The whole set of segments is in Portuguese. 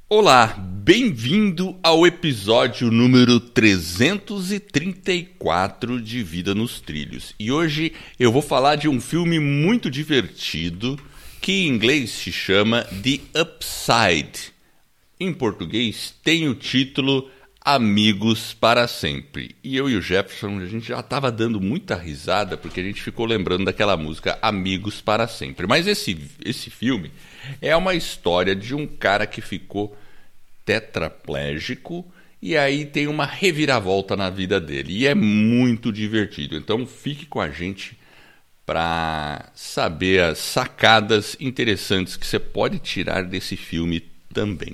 Olá, bem-vindo ao episódio número 334 de Vida nos Trilhos. E hoje eu vou falar de um filme muito divertido que em inglês se chama The Upside. Em português tem o título Amigos para Sempre. E eu e o Jefferson, a gente já estava dando muita risada porque a gente ficou lembrando daquela música Amigos para Sempre. Mas esse filme é uma história de um cara que ficou tetraplégico e aí tem uma reviravolta na vida dele. E é muito divertido. Então fique com a gente para saber as sacadas interessantes que você pode tirar desse filme também.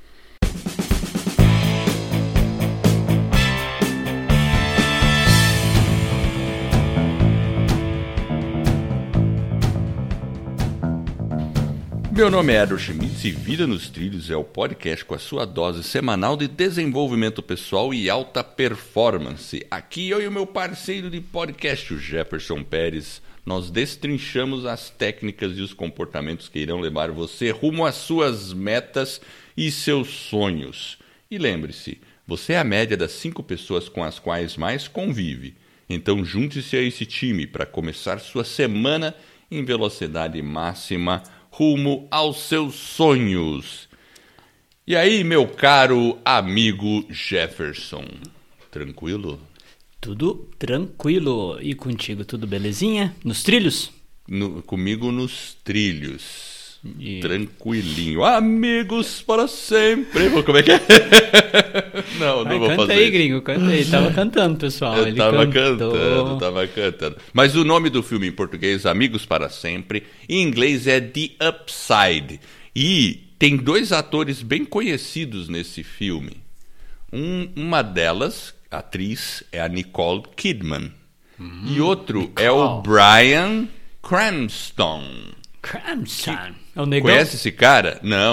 Meu nome é Edward Schmitz e Vida nos Trilhos é o podcast com a sua dose semanal de desenvolvimento pessoal e alta performance. Aqui eu e o meu parceiro de podcast, o Jefferson Pérez, nós destrinchamos as técnicas e os comportamentos que irão levar você rumo às suas metas e seus sonhos. E lembre-se, você é a média das 5 pessoas com as quais mais convive. Então junte-se a esse time para começar sua semana em velocidade máxima rumo aos seus sonhos. E aí, meu caro amigo Jefferson, tranquilo? Tudo tranquilo. E contigo, tudo belezinha? Nos trilhos? Comigo nos trilhos. Tranquilinho. Amigos para sempre. Como é que é? Não vou fazer. Canta aí, gringo, canta aí. Tava cantando, pessoal. Eu tava cantando. Mas o nome do filme em português, Amigos para Sempre, em inglês é The Upside. E tem 2 atores bem conhecidos nesse filme. Uma delas, a atriz, é a Nicole Kidman. E outro Nicole. é o Bryan Cranston. Cranston. É o negão? Conhece esse cara? Não.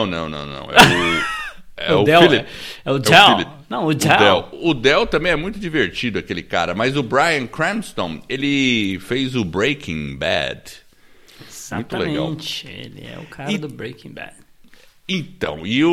É o Del. Philip. É o Del. Philip. Não, o Del. O Del também é muito divertido, aquele cara. Mas o Bryan Cranston, ele fez o Breaking Bad. Exatamente. Muito legal. Ele é o cara do Breaking Bad. Então, e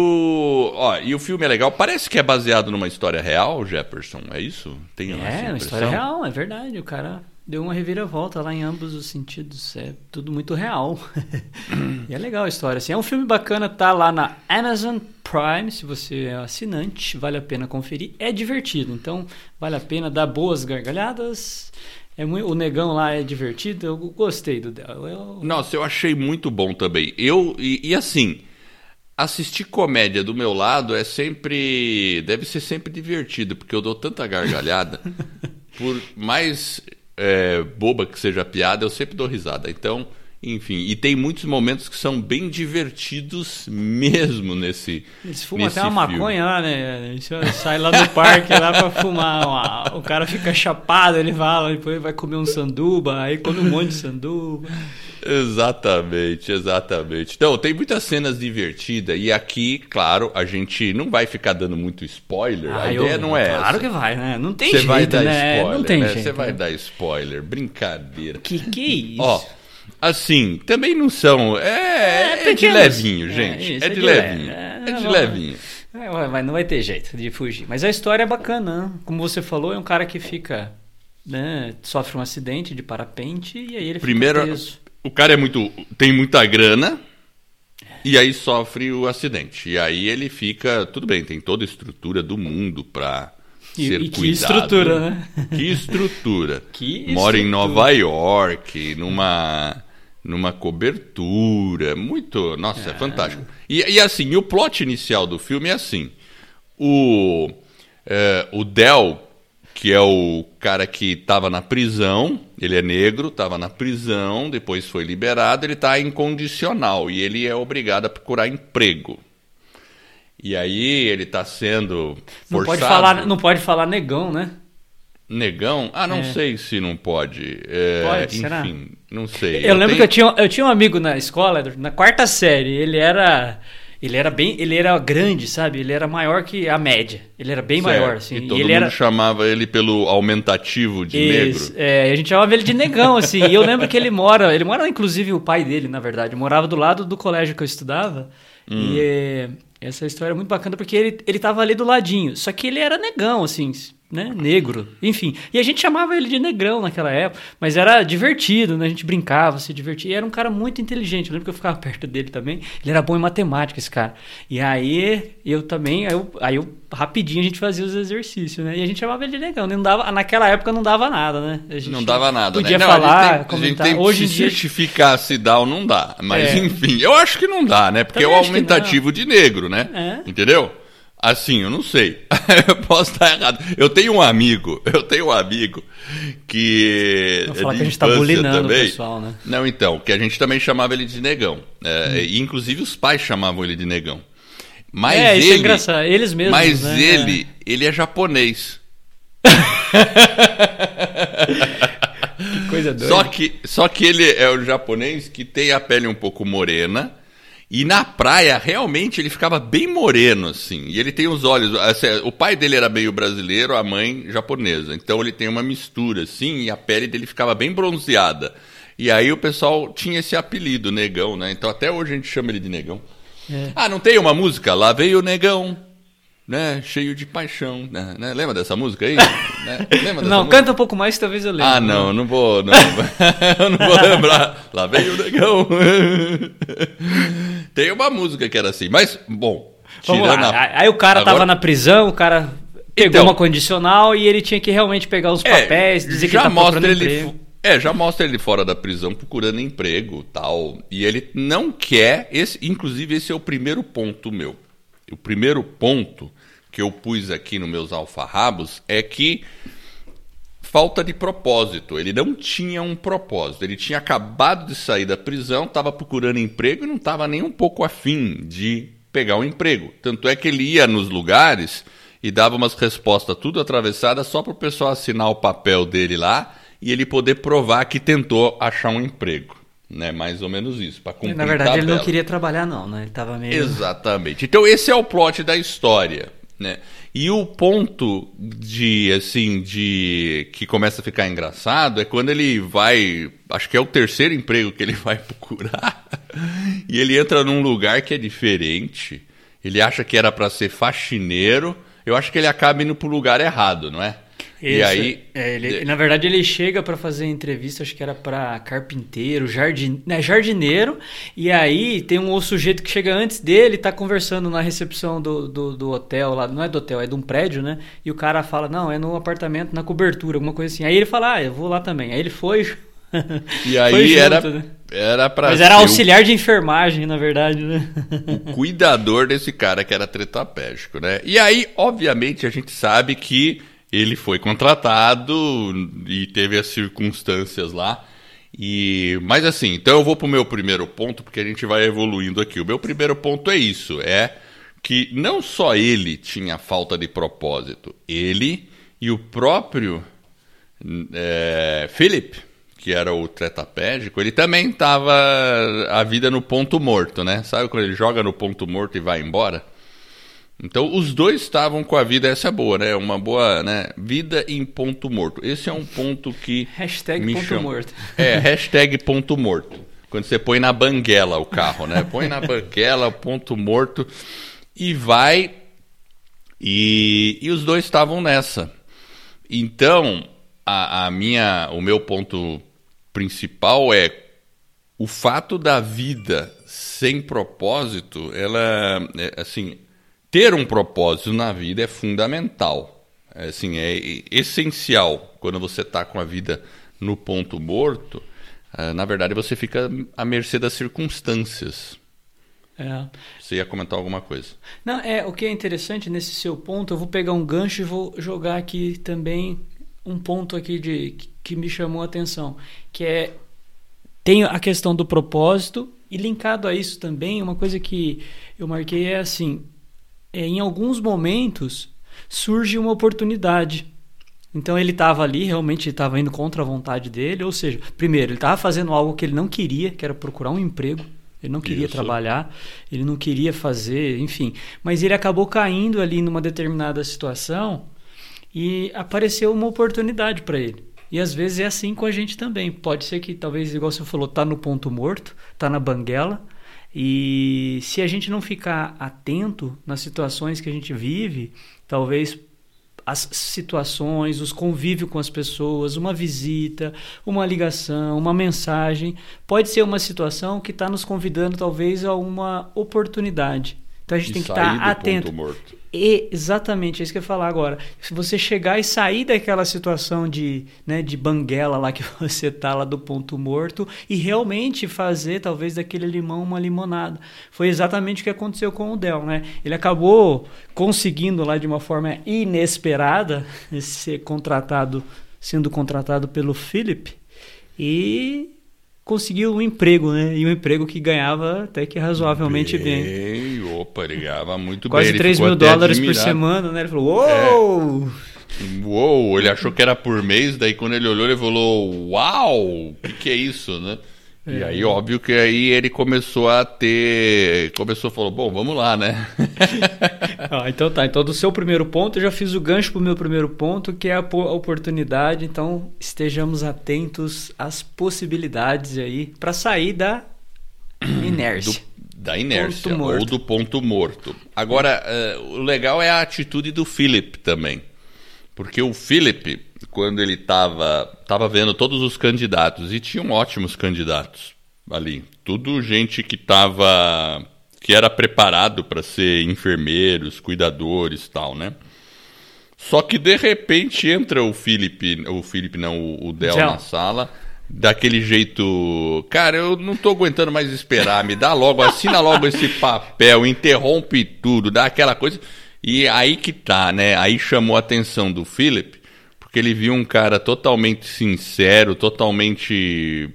o filme é legal. Parece que é baseado numa história real, Jefferson, é isso? Tem uma história real, é verdade. O cara deu uma reviravolta lá em ambos os sentidos. É tudo muito real. E é legal a história. Assim, é um filme bacana, tá lá na Amazon Prime. Se você é assinante, vale a pena conferir. É divertido, então vale a pena dar boas gargalhadas. O negão lá é divertido. Eu gostei do Del. Nossa, eu achei muito bom também. E assim, assistir comédia do meu lado deve ser sempre divertido, porque eu dou tanta gargalhada. Por mais boba que seja a piada, eu sempre dou risada. Então, enfim, e tem muitos momentos que são bem divertidos mesmo nesse Eles fumam até uma maconha lá, né? Sai lá do parque lá pra fumar. O cara fica chapado, ele vai, depois vai comer um sanduba, aí come um monte de sanduba. Exatamente. Então, tem muitas cenas divertidas e aqui, claro, a gente não vai ficar dando muito spoiler. A ideia não é essa. Claro que vai, né? Não tem jeito, jeito, vai dar né? Spoiler, não tem né? jeito. Você vai dar spoiler, brincadeira. Que é isso? Ó, assim, também não são... É de levinho, gente. É de levinho. Levinho. Não vai ter jeito de fugir. Mas a história é bacana, né? Como você falou, é um cara que fica... né, sofre um acidente de parapente e aí ele fica preso. O cara tem muita grana e aí sofre o acidente. E aí ele fica... Tudo bem, tem toda a estrutura do mundo pra ser cuidado. Que estrutura, né? Que estrutura. Mora em Nova York, numa cobertura. Muito... Nossa, é fantástico. E assim, o plot inicial do filme é assim. O Del, que é o cara que estava na prisão, ele é negro, estava na prisão, depois foi liberado, ele está incondicional e ele é obrigado a procurar emprego. E aí ele está sendo forçado... Não pode falar negão, né? Negão? Não sei se não pode. Pode, será? Enfim, não sei. Eu lembro que eu tinha um amigo na escola, na 4ª série, ele era grande, sabe? Ele era maior que a média. Ele era bem maior, assim. E todo mundo chamava ele pelo aumentativo de negro. A gente chamava ele de negão, assim. E eu lembro que ele mora, inclusive o pai dele, na verdade, morava do lado do colégio que eu estudava. E Essa história é muito bacana porque ele tava ali do ladinho. Só que ele era negão, assim, né? Negro. Enfim. E a gente chamava ele de negrão naquela época. Mas era divertido, né? A gente brincava, se divertia. E era um cara muito inteligente. Eu lembro que eu ficava perto dele também. Ele era bom em matemática, esse cara. E aí, eu também... Aí eu rapidinho a gente fazia os exercícios, né? E a gente chamava ele de negão. Não dava, naquela época não dava nada, né? A gente não dava nada, podia né? falar, a gente comentar. tem que Hoje em se dia... certificar se dá ou não dá. Mas, enfim, eu acho que não dá, né? Porque Também é o acho que aumentativo de negro, né? Entendeu? Assim, eu não sei. Eu posso estar errado. Eu tenho um amigo que... Vou falar que a gente tá bulinando o pessoal, né? Não, então, que a gente também chamava ele de negão. E, inclusive, os pais chamavam ele de negão. Mas isso é engraçado. Eles mesmos, mas né? ele é japonês. Que coisa doida. Só que ele é o japonês que tem a pele um pouco morena. E na praia, realmente, ele ficava bem moreno, assim. E ele tem os olhos... Assim, o pai dele era meio brasileiro, a mãe japonesa. Então ele tem uma mistura, assim, e a pele dele ficava bem bronzeada. E aí o pessoal tinha esse apelido, negão, né? Então até hoje a gente chama ele de negão. Não tem uma música? Lá veio o negão, né? Cheio de paixão, né? Lembra dessa música aí? Né? Lembra dessa música? Canta um pouco mais, talvez eu lembre. Não vou. Não. Eu não vou lembrar. Lá veio o negão. Tem uma música que era assim, mas, bom... Vamos lá. Aí o cara tava na prisão, o cara pegou uma condicional e ele tinha que realmente pegar os papéis, dizer que ele tá procurando emprego. Já mostra ele fora da prisão procurando emprego e tal. E ele não quer... Inclusive, esse é o primeiro ponto meu. O primeiro ponto que eu pus aqui nos meus alfarrabos é que falta de propósito. Ele não tinha um propósito. Ele tinha acabado de sair da prisão, estava procurando emprego e não estava nem um pouco afim de pegar um emprego. Tanto é que ele ia nos lugares e dava umas respostas tudo atravessadas só para o pessoal assinar o papel dele lá e ele poder provar que tentou achar um emprego. Né? Mais ou menos isso, para cumprir Na verdade, tabela. ele não queria trabalhar, não, né? Ele tava meio... Exatamente. Então, esse é o plot da história, né? E o ponto que começa a ficar engraçado é quando ele vai... Acho que é o terceiro emprego que ele vai procurar. E ele entra num lugar que é diferente. Ele acha que era para ser faxineiro. Eu acho que ele acaba indo pro lugar errado, não é? Isso, e aí, na verdade, ele chega para fazer entrevista, acho que era para carpinteiro, jardineiro, e aí tem um outro sujeito que chega antes dele, tá conversando na recepção do hotel, lá, não é do hotel, é de um prédio, né? E o cara fala, não, é no apartamento, na cobertura, alguma coisa assim. Aí ele fala, eu vou lá também. Aí ele foi... E aí junto, né? era pra Mas era auxiliar de enfermagem, na verdade, né? O cuidador desse cara que era tetraplégico, né? E aí, obviamente, a gente sabe que ele foi contratado e teve as circunstâncias lá. Mas assim, então eu vou pro meu primeiro ponto, porque a gente vai evoluindo aqui. O meu primeiro ponto é isso, é que não só ele tinha falta de propósito, ele e o próprio Philip, que era o tetraplégico, ele também estava a vida no ponto morto, né? Sabe quando ele joga no ponto morto e vai embora? Então, os dois estavam com a vida, essa é boa, né? Uma boa, né? Vida em ponto morto. Esse é um ponto que Hashtag ponto morto. Hashtag ponto morto. Quando você põe na banguela o carro, né? Põe na banguela, ponto morto, e vai. E os dois estavam nessa. Então, o meu ponto principal é o fato da vida sem propósito, ela, assim... Ter um propósito na vida é fundamental, assim, é essencial. Quando você está com a vida no ponto morto, na verdade você fica à mercê das circunstâncias. Você ia comentar alguma coisa? Não, o que é interessante nesse seu ponto, eu vou pegar um gancho e vou jogar aqui também um ponto aqui que me chamou a atenção, que tem a questão do propósito e linkado a isso também, uma coisa que eu marquei é assim... em alguns momentos surge uma oportunidade. Então ele estava ali, realmente estava indo contra a vontade dele, ou seja, primeiro, ele estava fazendo algo que ele não queria, que era procurar um emprego, ele não queria trabalhar, ele não queria fazer, enfim, mas ele acabou caindo ali numa determinada situação e apareceu uma oportunidade para ele. E às vezes é assim com a gente também. Pode ser que talvez, igual você falou, tá no ponto morto, tá na banguela, E se a gente não ficar atento nas situações que a gente vive, talvez as situações, os convívios com as pessoas, uma visita, uma ligação, uma mensagem, pode ser uma situação que está nos convidando talvez a uma oportunidade. Então a gente tem que estar atento. Ponto morto. Exatamente, é isso que eu ia falar agora. Se você chegar e sair daquela situação de banguela lá que você tá lá do ponto morto e realmente fazer talvez daquele limão uma limonada. Foi exatamente o que aconteceu com o Del, né? Ele acabou conseguindo lá de uma forma inesperada sendo contratado pelo Philip e conseguiu um emprego, né? E um emprego que ganhava até que razoavelmente bem. Opa, ele ganhava muito Quase bem. Quase $3.000 por semana, né? Ele falou, uou! Uou! Ele achou que era por mês, daí quando ele olhou, ele falou, uau! O que é isso, né? E aí, óbvio que aí ele falou, bom, vamos lá, né? Então tá, então do seu primeiro ponto, eu já fiz o gancho pro meu primeiro ponto, que é a oportunidade, então estejamos atentos às possibilidades aí para sair da inércia. Da inércia, ou do ponto morto. Agora, o legal é a atitude do Philip também, porque o Philip, quando ele tava vendo todos os candidatos, e tinham ótimos candidatos ali, tudo gente que era preparado para ser enfermeiros, cuidadores e tal, né? Só que de repente entra o Del na sala, daquele jeito, cara, eu não tô aguentando mais esperar, assina logo esse papel, interrompe tudo, dá aquela coisa, e aí que tá, né? Aí chamou a atenção do Philip, porque ele viu um cara totalmente sincero, totalmente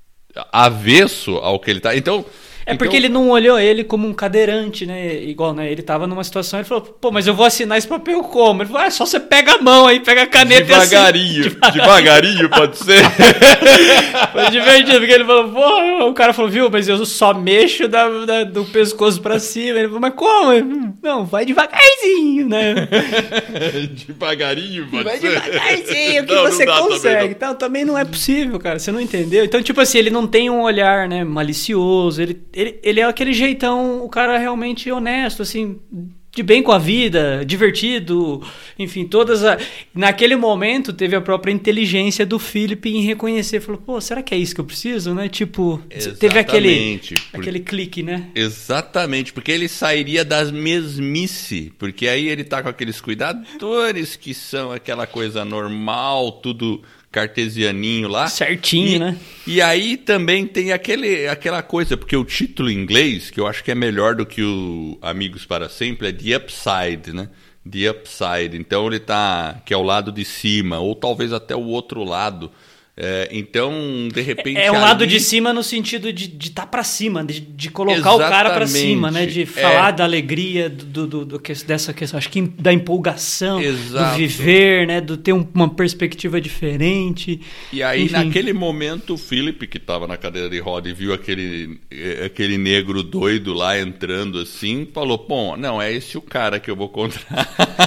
avesso ao que ele tá. Então, porque ele não olhou ele como um cadeirante, né? Igual, né? Ele tava numa situação, ele falou, pô, mas eu vou assinar esse papel como? Ele falou, só você pega a mão aí, pega a caneta devagarinho, e assina. Devagarinho, pode ser? Foi divertido, porque ele falou, pô, o cara falou, viu, mas eu só mexo do pescoço pra cima. Ele falou, mas como? Não, vai devagarzinho, né? Devagarinho, pode vai ser? Vai devagarzinho, que você consegue. Então, também não é possível, cara, você não entendeu. Então, tipo assim, ele não tem um olhar, né, malicioso, ele é aquele jeitão, o cara realmente honesto, assim, de bem com a vida, divertido, enfim, naquele momento teve a própria inteligência do Philip em reconhecer, falou, pô, será que é isso que eu preciso, né? Tipo, teve aquele clique, né? Exatamente, porque ele sairia das mesmice, porque aí ele tá com aqueles cuidadores que são aquela coisa normal, tudo cartesianinho lá. Certinho, né? E aí também tem aquela coisa, porque o título em inglês, que eu acho que é melhor do que o Amigos para Sempre, é The Upside, né? The Upside. Então ele que é o lado de cima, ou talvez até o outro lado. Então, de repente... É um lado de cima no sentido de estar para cima, de colocar o cara para cima, né? De falar da alegria, dessa questão, acho que da empolgação, do viver, né? Do ter uma perspectiva diferente. E aí, naquele momento, o Philip, que estava na cadeira de roda e viu aquele negro doido lá entrando assim, falou, bom, não, é esse o cara que eu vou contratar.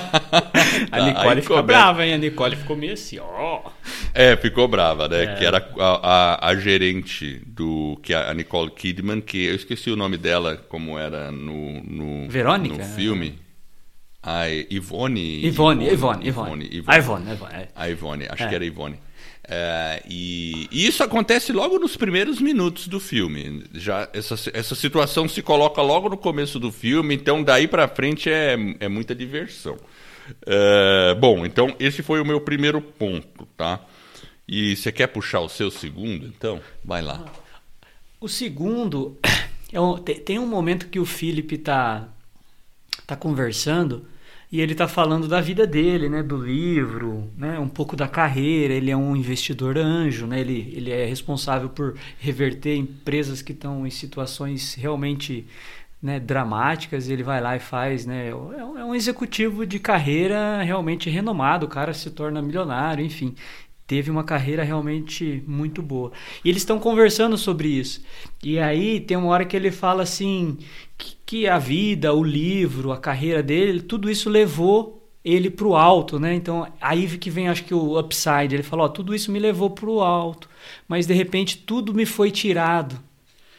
A Nicole ficou brava, hein? A Nicole ficou meio assim, ó... ficou brava, né? Que era a gerente que a Nicole Kidman, que eu esqueci o nome dela, como era no Verônica? No filme. A Ivone. A Ivone, acho que era Ivone. E isso acontece logo nos primeiros minutos do filme. Já essa situação se coloca logo no começo do filme, então daí pra frente é muita diversão. Bom, então esse foi o meu primeiro ponto, tá? E você quer puxar o seu segundo, então? Vai lá. O segundo, tem um momento que o Philip tá conversando e ele tá falando da vida dele, né, do livro, né, um pouco da carreira. Ele é um investidor anjo, né, ele é responsável por reverter empresas que estão em situações realmente, né, dramáticas. Ele vai lá e faz, né, é um executivo de carreira realmente renomado, o cara se torna milionário, enfim, teve uma carreira realmente muito boa. E eles estão conversando sobre isso. E aí tem uma hora que ele fala assim, que a vida, o livro, a carreira dele, tudo isso levou ele para o alto, né? Então aí que vem, acho que o upside. Ele fala, tudo isso me levou para o alto, mas de repente tudo me foi tirado.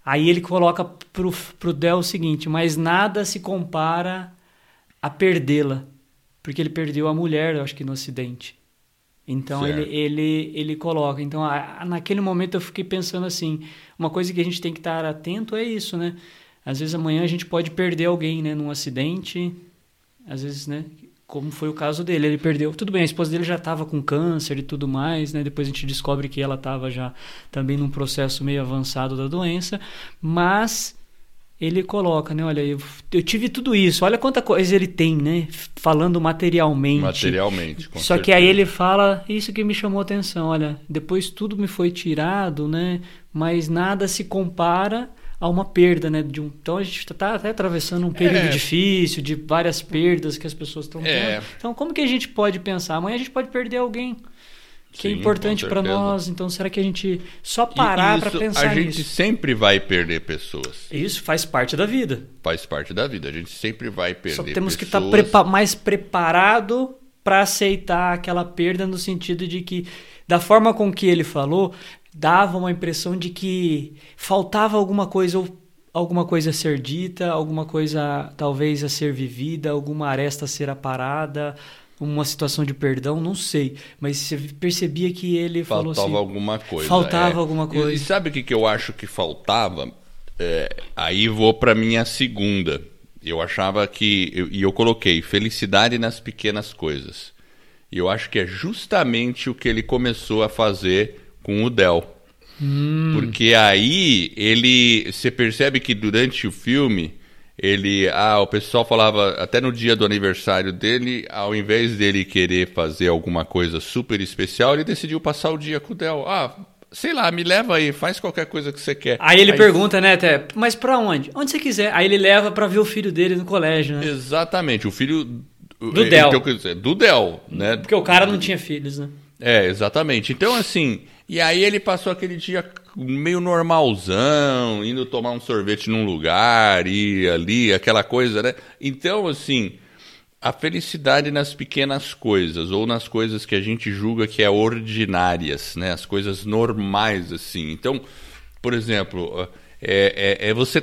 Aí ele coloca pro Del o seguinte: mas nada se compara a perdê-la. Porque ele perdeu a mulher, eu acho que no acidente. Então ele coloca. Então naquele momento eu fiquei pensando assim, uma coisa que a gente tem que estar atento é isso, né? Às vezes amanhã a gente pode perder alguém, né, num acidente, às vezes, né, como foi o caso dele, ele perdeu. Tudo bem, a esposa dele já estava com câncer e tudo mais, né? Depois a gente descobre que ela estava já também num processo meio avançado da doença, mas ele coloca, né? Olha, eu tive tudo isso. Olha quanta coisa ele tem, né? Falando materialmente. Materialmente, com Só certeza. que aí ele fala, isso que me chamou a atenção. Olha, depois tudo me foi tirado, né? Mas nada se compara a uma perda, né? Então a gente está até atravessando um período difícil, de várias perdas que as pessoas estão tendo. Então como que a gente pode pensar? Amanhã a gente pode perder alguém que é importante para nós, então será que a gente só parar para pensar nisso? A gente sempre vai perder pessoas. Isso faz parte da vida. Faz parte da vida, a gente sempre vai perder pessoas. Só temos que estar mais preparado para aceitar aquela perda, no sentido de que, da forma com que ele falou, dava uma impressão de que faltava alguma coisa, ou alguma coisa a ser dita, alguma coisa talvez a ser vivida, alguma aresta a ser aparada, uma situação de perdão, não sei, mas você percebia que ele falou assim... Faltava alguma coisa. Faltava alguma coisa. E sabe o que eu acho que faltava? Aí vou para minha segunda. Eu achava que... E eu coloquei felicidade nas pequenas coisas. E eu acho que é justamente o que ele começou a fazer com o Del. Porque aí você percebe que durante o filme... o pessoal falava, até no dia do aniversário dele, ao invés dele querer fazer alguma coisa super especial, ele decidiu passar o dia com o Del. Sei lá, me leva aí, faz qualquer coisa que você quer. Aí ele pergunta, né, até, mas pra onde? Onde você quiser. Aí ele leva pra ver o filho dele no colégio, né? Exatamente, o filho... Do Del. Então, do Del, né? Porque o cara não tinha filhos, né? Exatamente. Então, assim, e aí ele passou aquele dia meio normalzão, indo tomar um sorvete num lugar, ir ali, aquela coisa, né? Então, assim, a felicidade nas pequenas coisas, ou nas coisas que a gente julga que é ordinárias, né? As coisas normais, assim. Então, por exemplo, você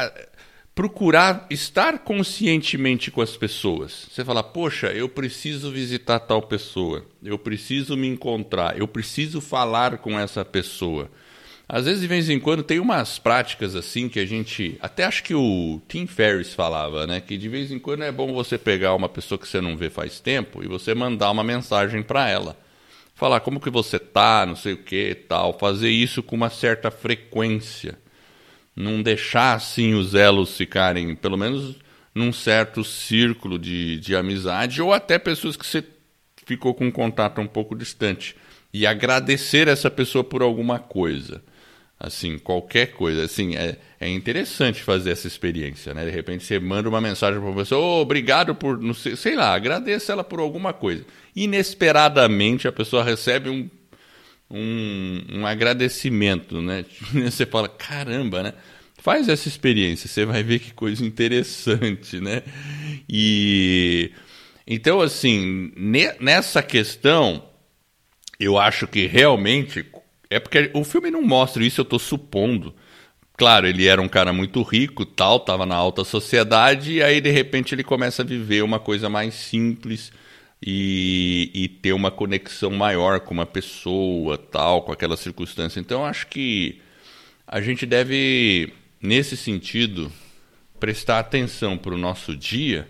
procurar estar conscientemente com as pessoas. Você fala, poxa, eu preciso visitar tal pessoa, eu preciso me encontrar, eu preciso falar com essa pessoa. Às vezes, de vez em quando, tem umas práticas assim que a gente... Até acho que o Tim Ferriss falava, né? Que de vez em quando é bom você pegar uma pessoa que você não vê faz tempo e você mandar uma mensagem para ela. Falar como que você tá, não sei o que e tal. Fazer isso com uma certa frequência. Não deixar, assim, os elos ficarem, pelo menos, num certo círculo de amizade, ou até pessoas que você ficou com um contato um pouco distante. E agradecer essa pessoa por alguma coisa. Assim, qualquer coisa. Assim, é interessante fazer essa experiência, né? De repente você manda uma mensagem para uma pessoa, obrigado por, não sei lá, agradeça ela por alguma coisa. Inesperadamente a pessoa recebe um agradecimento, né? Você fala, caramba, né? Faz essa experiência, você vai ver que coisa interessante, né? E então, assim, nessa questão, eu acho que realmente é porque o filme não mostra isso, eu estou supondo. Claro, ele era um cara muito rico, tal, estava na alta sociedade, e aí de repente ele começa a viver uma coisa mais simples. E ter uma conexão maior com uma pessoa, tal, com aquela circunstância. Então, acho que a gente deve, nesse sentido, prestar atenção para o nosso dia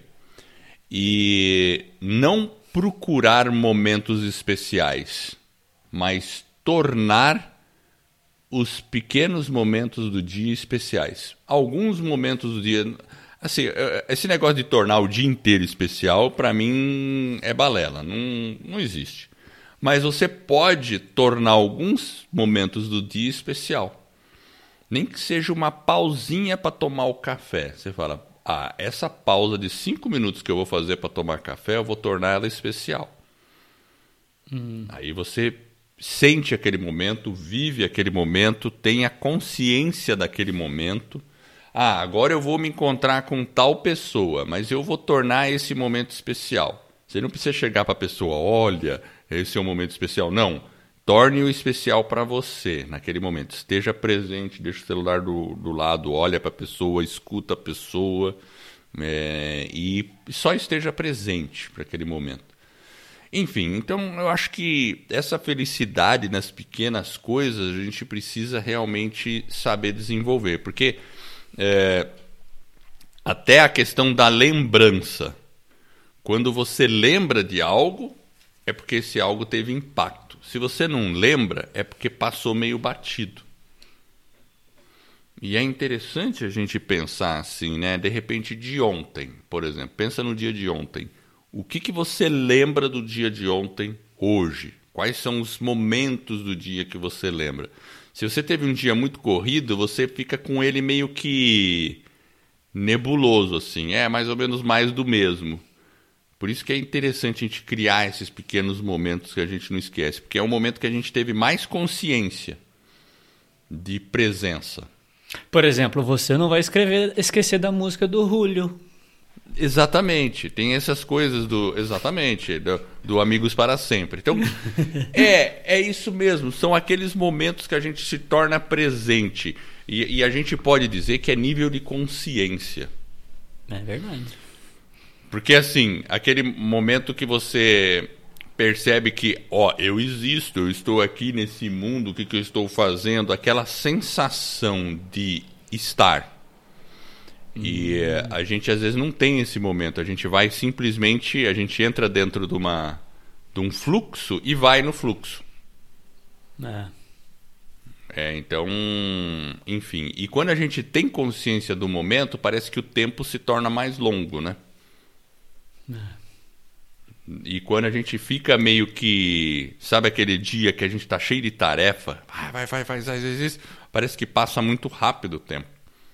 e não procurar momentos especiais, mas tornar os pequenos momentos do dia especiais. Alguns momentos do dia... Assim, esse negócio de tornar o dia inteiro especial, para mim, é balela, não existe. Mas você pode tornar alguns momentos do dia especial. Nem que seja uma pausinha para tomar o café. Você fala, essa pausa de 5 minutos que eu vou fazer para tomar café, eu vou tornar ela especial. Aí você sente aquele momento, vive aquele momento, tem a consciência daquele momento. Agora eu vou me encontrar com tal pessoa, mas eu vou tornar esse momento especial. Você não precisa chegar para a pessoa, olha, esse é um momento especial. Não, torne-o especial para você naquele momento. Esteja presente, deixa o celular do lado, olha para a pessoa, escuta a pessoa e só esteja presente para aquele momento. Enfim, então eu acho que essa felicidade nas pequenas coisas a gente precisa realmente saber desenvolver, porque até a questão da lembrança. Quando você lembra de algo, é porque esse algo teve impacto. Se você não lembra, é porque passou meio batido. E é interessante a gente pensar assim, né? De repente, de ontem, por exemplo. Pensa no dia de ontem. O que você lembra do dia de ontem hoje? Quais são os momentos do dia que você lembra? Se você teve um dia muito corrido, você fica com ele meio que nebuloso, assim. É mais ou menos mais do mesmo. Por isso que é interessante a gente criar esses pequenos momentos que a gente não esquece. Porque é um momento que a gente teve mais consciência de presença. Por exemplo, você não vai esquecer da música do Julio. Exatamente. Tem essas coisas do Amigos para Sempre. Então, é isso mesmo. São aqueles momentos que a gente se torna presente. E a gente pode dizer que é nível de consciência. É verdade. Porque assim, aquele momento que você percebe que, eu existo, eu estou aqui nesse mundo, o que eu estou fazendo, aquela sensação de estar. E a gente às vezes não tem esse momento, a gente vai simplesmente, a gente entra dentro de um fluxo e vai no fluxo. Então, enfim, e quando a gente tem consciência do momento, parece que o tempo se torna mais longo, né? E quando a gente fica meio que... Sabe aquele dia que a gente tá cheio de tarefa? Faz isso. Parece que passa muito rápido o tempo.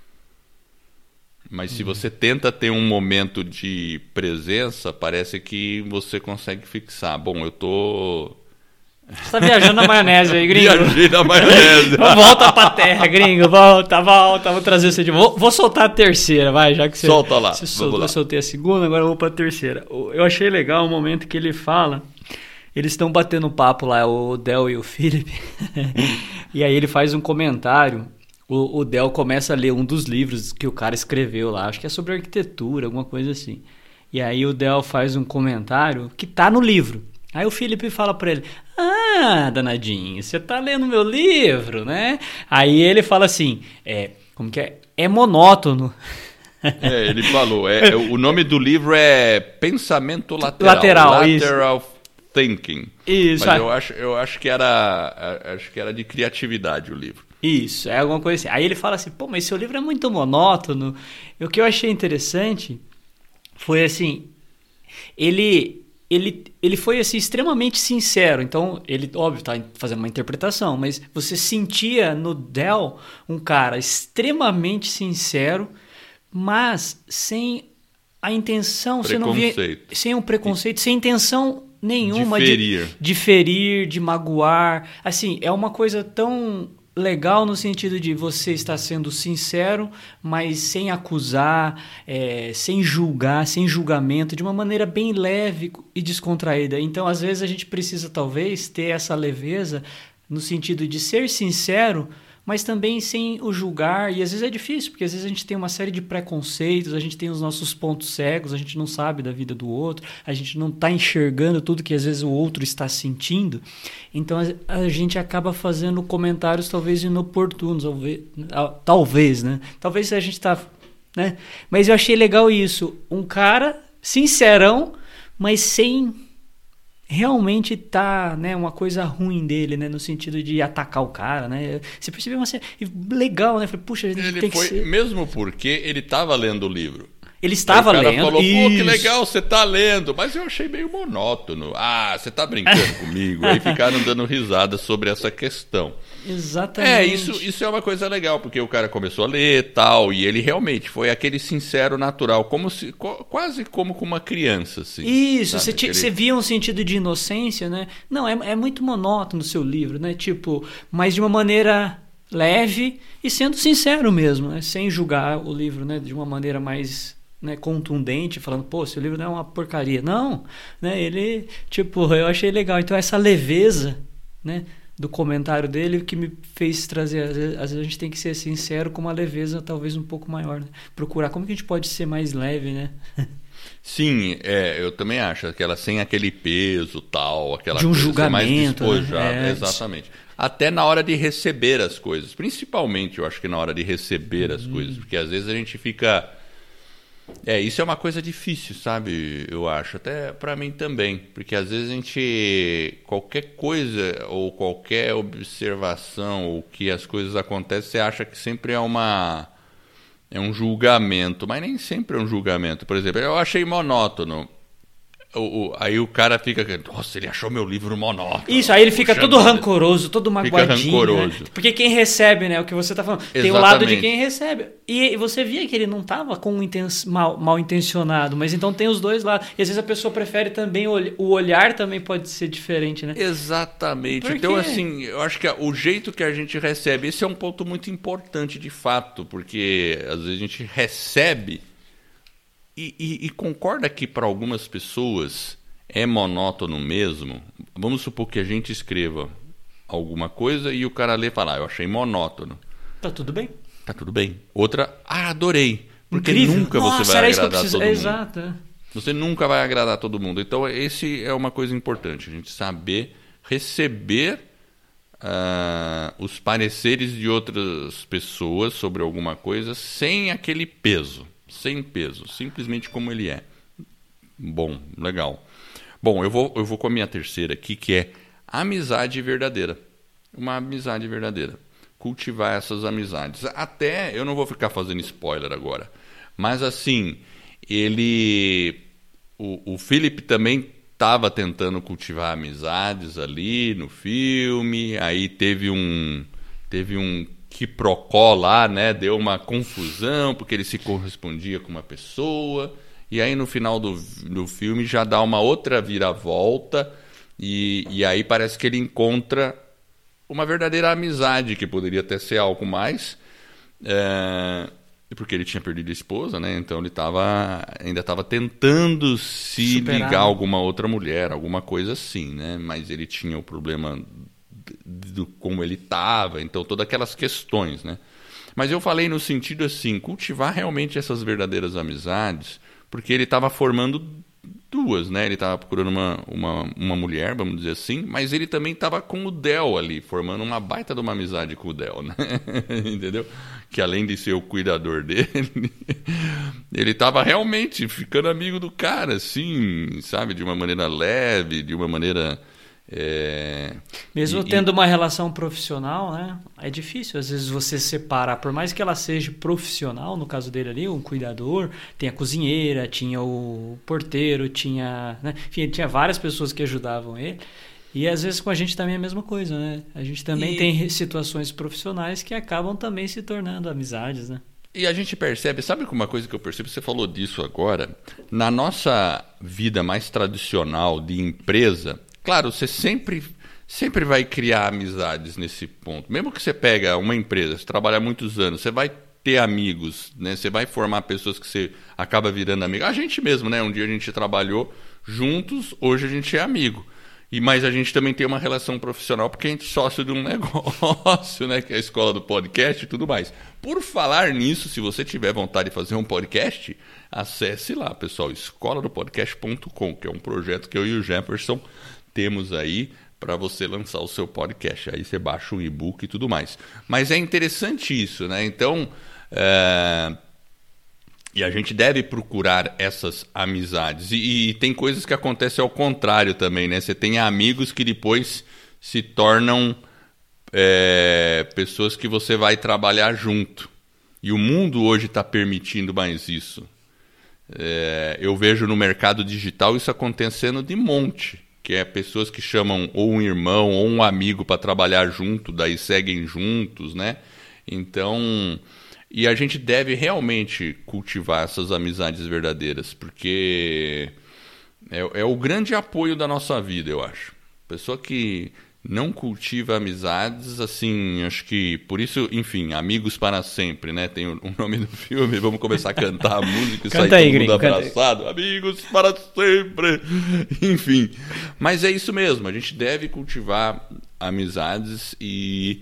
Mas se você tenta ter um momento de presença, parece que você consegue fixar. Bom, eu tô... Você tá viajando na maionese aí, gringo. Viajei na maionese. Volta pra terra, gringo. Volta. Vou trazer você de volta. Vou soltar a terceira, vai, já que você... Solta lá. Eu soltei a segunda, agora eu vou pra terceira. Eu achei legal o momento que ele fala... Eles estão batendo papo lá, o Del e o Philip. E aí ele faz um comentário. O Del começa a ler um dos livros que o cara escreveu lá. Acho que é sobre arquitetura, alguma coisa assim. E aí o Del faz um comentário que tá no livro. Aí o Felipe fala pra ele: danadinho, você tá lendo meu livro, né? Aí ele fala assim, como que é? É monótono. Ele falou, o nome do livro é Pensamento Lateral Thinking. Isso. Mas eu acho que era de criatividade o livro. Isso, é alguma coisa assim. Aí ele fala assim, mas seu livro é muito monótono. E o que eu achei interessante foi assim, ele foi assim, extremamente sincero. Então, ele, óbvio, tá fazendo uma interpretação, mas você sentia no Del um cara extremamente sincero, mas sem a intenção, você não via, sem um preconceito, sem intenção nenhuma de ferir, de magoar. Assim, é uma coisa tão legal no sentido de você estar sendo sincero, mas sem acusar, sem julgar, sem julgamento, de uma maneira bem leve e descontraída. Então, às vezes, a gente precisa, talvez, ter essa leveza no sentido de ser sincero, mas também sem o julgar. E às vezes é difícil, porque às vezes a gente tem uma série de preconceitos, a gente tem os nossos pontos cegos, a gente não sabe da vida do outro, a gente não está enxergando tudo que às vezes o outro está sentindo. Então a gente acaba fazendo comentários talvez inoportunos, talvez, né? Talvez a gente está... né? Mas eu achei legal isso. Um cara sincerão, mas sem... realmente tá, né, uma coisa ruim dele, né, no sentido de atacar o cara, né? Você percebeu uma cena legal, né? Falei, puxa, a gente tem que ser... Mesmo porque ele estava lendo o livro. Ele estava lendo. O cara falou, que legal, você tá lendo. Mas eu achei meio monótono. Você tá brincando comigo. Aí ficaram dando risada sobre essa questão. Exatamente. Isso é uma coisa legal, porque o cara começou a ler e tal, e ele realmente foi aquele sincero natural, quase como com uma criança, assim. Isso, você via um sentido de inocência, né? Não, é muito monótono o seu livro, né? Tipo, mas de uma maneira leve e sendo sincero mesmo, né? Sem julgar o livro, né? De uma maneira mais... né, contundente, falando, seu livro não é uma porcaria. Não, né, ele, tipo, eu achei legal. Então essa leveza, né, do comentário dele que me fez trazer. Às vezes a gente tem que ser sincero com uma leveza talvez um pouco maior, né? Procurar como que a gente pode ser mais leve, né? Sim, eu também acho, aquela sem aquele peso, tal, aquela de um coisa, julgamento, ser mais despojado, né? exatamente. Até na hora de receber as coisas, principalmente eu acho que na hora de receber as coisas, porque às vezes a gente fica... isso é uma coisa difícil, sabe? Eu acho, até pra mim também, porque às vezes a gente, qualquer coisa ou qualquer observação ou que as coisas acontecem, você acha que sempre é um julgamento, mas nem sempre é um julgamento. Por exemplo, eu achei monótono. Aí o cara fica... Nossa, ele achou meu livro monótono. Isso, aí ele fica todo rancoroso, todo magoadinho. Fica rancoroso. Né? Porque quem recebe, né? O que você tá falando. Exatamente. Tem o lado de quem recebe. E você via que ele não tava com mal intencionado, mas então tem os dois lados. E às vezes a pessoa prefere também... O olhar também pode ser diferente, né? Exatamente. Então, assim, eu acho que o jeito que a gente recebe... Esse é um ponto muito importante, de fato. Porque às vezes a gente recebe... E concorda que para algumas pessoas é monótono mesmo? Vamos supor que a gente escreva alguma coisa e o cara lê e fala, eu achei monótono. Tá tudo bem. Tá tudo bem. Outra, adorei. Porque Incrível. nunca Nossa, você vai agradar todo mundo. Exato. Você nunca vai agradar todo mundo. Então, esse é uma coisa importante, a gente saber receber os pareceres de outras pessoas sobre alguma coisa sem aquele peso. Sem peso, simplesmente como ele é. Bom, legal. Bom, eu vou com a minha terceira aqui, que é amizade verdadeira. Uma amizade verdadeira. Cultivar essas amizades. Até, eu não vou ficar fazendo spoiler agora, mas assim, o Philip também estava tentando cultivar amizades ali no filme, aí teve um quiprocó lá, né? Deu uma confusão porque ele se correspondia com uma pessoa, e aí no final do filme já dá uma outra viravolta, e aí parece que ele encontra uma verdadeira amizade, que poderia até ser algo mais, porque ele tinha perdido a esposa, né? Então ele ainda estava tentando se ligar a alguma outra mulher, alguma coisa assim, né? Mas ele tinha o problema do como ele estava, então todas aquelas questões, né? Mas eu falei no sentido assim, cultivar realmente essas verdadeiras amizades, porque ele estava formando duas, né? Ele estava procurando uma mulher, vamos dizer assim, mas ele também estava com o Del ali, formando uma baita de uma amizade com o Del, né? Entendeu? Que além de ser o cuidador dele, ele estava realmente ficando amigo do cara, assim, sabe? De uma maneira leve, de uma maneira... Mesmo tendo uma relação profissional, né? É difícil, às vezes, você separar, por mais que ela seja profissional, no caso dele ali, um cuidador, tem a cozinheira, tinha o porteiro, tinha, né? Enfim, tinha várias pessoas que ajudavam ele. E às vezes com a gente também é a mesma coisa, né? A gente também tem situações profissionais que acabam também se tornando amizades, né? E a gente percebe, sabe uma coisa que eu percebo, você falou disso agora, na nossa vida mais tradicional de empresa. Claro, você sempre vai criar amizades nesse ponto. Mesmo que você pega uma empresa, você trabalha há muitos anos, você vai ter amigos, né? Você vai formar pessoas que você acaba virando amigo. A gente mesmo, né? Um dia a gente trabalhou juntos, hoje a gente é amigo. Mas a gente também tem uma relação profissional porque a gente é sócio de um negócio, né? Que é a escola do podcast e tudo mais. Por falar nisso, se você tiver vontade de fazer um podcast, acesse lá, pessoal, escoladopodcast.com, que é um projeto que eu e o Jefferson temos aí para você lançar o seu podcast. Aí você baixa o e-book e tudo mais. Mas é interessante isso, né? Então, e a gente deve procurar essas amizades. E tem coisas que acontecem ao contrário também, né? Você tem amigos que depois se tornam pessoas que você vai trabalhar junto. E o mundo hoje está permitindo mais isso. Eu vejo no mercado digital isso acontecendo de monte. Que é pessoas que chamam ou um irmão ou um amigo para trabalhar junto, daí seguem juntos, né? Então, e a gente deve realmente cultivar essas amizades verdadeiras, porque é o grande apoio da nossa vida, eu acho. Pessoa que não cultiva amizades, assim, acho que por isso, enfim, Amigos para Sempre, né? Tem o nome do filme, vamos começar a cantar a música e sair todo mundo abraçado. Amigos para sempre! Enfim, mas é isso mesmo, a gente deve cultivar amizades e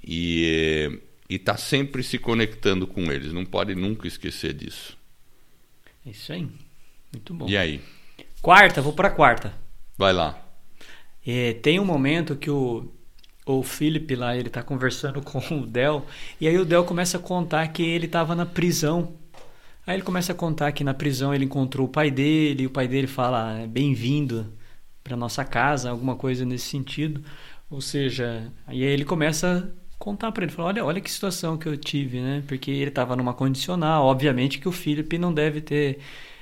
tá sempre se conectando com eles, não pode nunca esquecer disso. É isso aí, muito bom. E aí? Quarta, vou pra quarta. Vai lá. Tem um momento que o Philip lá, ele tá conversando com o Del, e aí o Del começa a contar que ele tava na prisão. Aí ele começa a contar que na prisão ele encontrou o pai dele, e o pai dele fala, bem-vindo pra nossa casa, alguma coisa nesse sentido. Ou seja, aí ele começa a contar pra ele, fala, olha que situação que eu tive, né? Porque ele tava numa condicional, obviamente que o Philip não deve ter...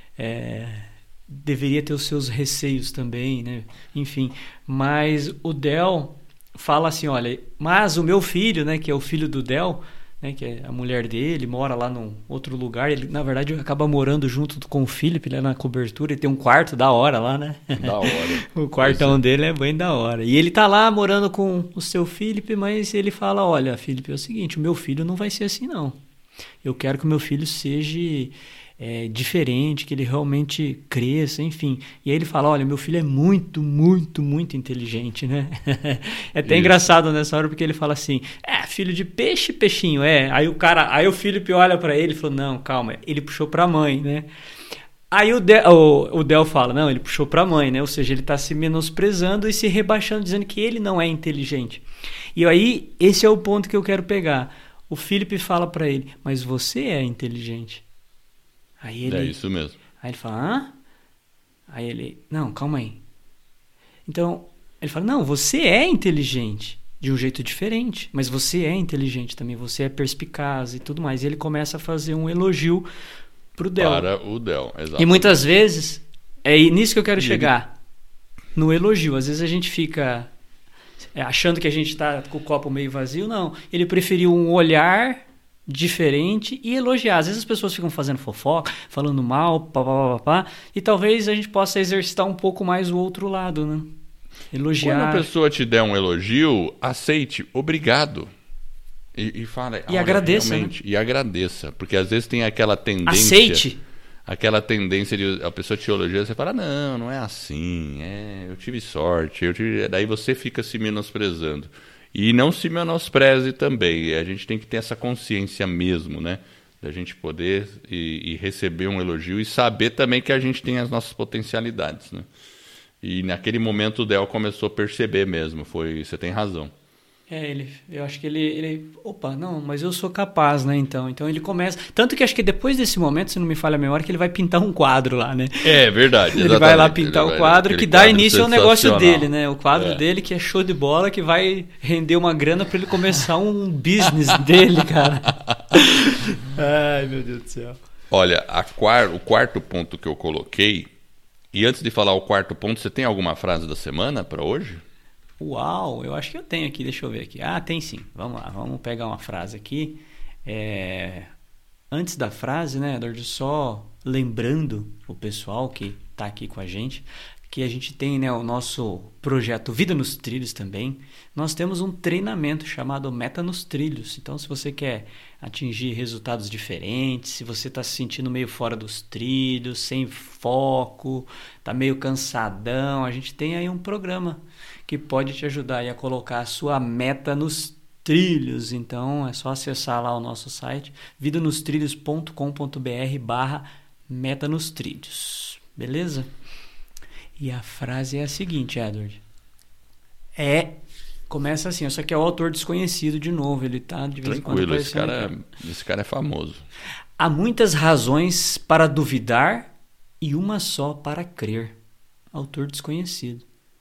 deveria ter os seus receios também, né? Enfim, mas o Del fala assim, olha, mas o meu filho, né, que é o filho do Del, né, que é a mulher dele, mora lá num outro lugar, ele na verdade acaba morando junto com o Philip, ele é na cobertura, ele tem um quarto da hora lá, né? Da hora. O quartão dele é bem da hora. E ele tá lá morando com o seu Philip, mas ele fala, olha, Philip, é o seguinte, o meu filho não vai ser assim, não. Eu quero que o meu filho seja... diferente, que ele realmente cresça, enfim. E aí ele fala, olha, meu filho é muito, muito, muito inteligente, né? É até engraçado nessa hora, porque ele fala assim, filho de peixe, peixinho, Aí o Felipe olha pra ele e falou, não, calma, ele puxou pra mãe, né? Aí o Del fala, não, ele puxou pra mãe, né? Ou seja, ele tá se menosprezando e se rebaixando, dizendo que ele não é inteligente. E aí, esse é o ponto que eu quero pegar. O Felipe fala pra ele, mas você é inteligente. Aí ele, é isso mesmo. Aí ele fala, hã? Aí ele, não, calma aí. Então, ele fala, não, você é inteligente de um jeito diferente, mas você é inteligente também, você é perspicaz e tudo mais. E ele começa a fazer um elogio pro Del. Para o Del, exatamente. E muitas vezes, é nisso que eu quero chegar, no elogio. Às vezes a gente fica achando que a gente está com o copo meio vazio, não. Ele preferiu um olhar... diferente e elogiar. Às vezes as pessoas ficam fazendo fofoca, falando mal, papapá, e talvez a gente possa exercitar um pouco mais o outro lado, né? Elogiar. Quando a pessoa te der um elogio, aceite, obrigado. E fala. E agradeça. Né? E agradeça. Porque às vezes tem aquela tendência. Aceite. Aquela tendência de a pessoa te elogia, você fala, não é assim. Eu tive sorte. Daí você fica se menosprezando. E não se menospreze também. A gente tem que ter essa consciência mesmo, né? Da gente poder e receber um elogio e saber também que a gente tem as nossas potencialidades, né? E naquele momento o Del começou a perceber mesmo. Você tem razão. Eu acho que ele... Opa, não, mas eu sou capaz, né, então. Então ele começa... Tanto que acho que depois desse momento, se não me falha a memória, que ele vai pintar um quadro lá, né? É verdade, Ele vai lá pintar o quadro que dá início ao negócio dele, né? O quadro dele que é show de bola, que vai render uma grana para ele começar um business dele, cara. Ai, meu Deus do céu. Olha, o quarto ponto que eu coloquei... E antes de falar o quarto ponto, você tem alguma frase da semana para hoje? Uau, eu acho que eu tenho aqui, deixa eu ver aqui. Tem sim, vamos lá, vamos pegar uma frase aqui. Antes da frase, né, Eduardo, só lembrando o pessoal que está aqui com a gente, que a gente tem, né, o nosso projeto Vida nos Trilhos também. Nós temos um treinamento chamado Meta nos Trilhos. Então, se você quer atingir resultados diferentes, se você está se sentindo meio fora dos trilhos, sem foco, está meio cansadão, a gente tem aí um programa que pode te ajudar aí a colocar a sua meta nos trilhos. Então, é só acessar lá o nosso site, vidanostrilhos.com.br/meta nos trilhos. Beleza? E a frase é a seguinte, Edward. Começa assim, só que é o autor desconhecido de novo, ele tá de vez em quando aparecendo. Esse cara é famoso. Há muitas razões para duvidar e uma só para crer. Autor desconhecido.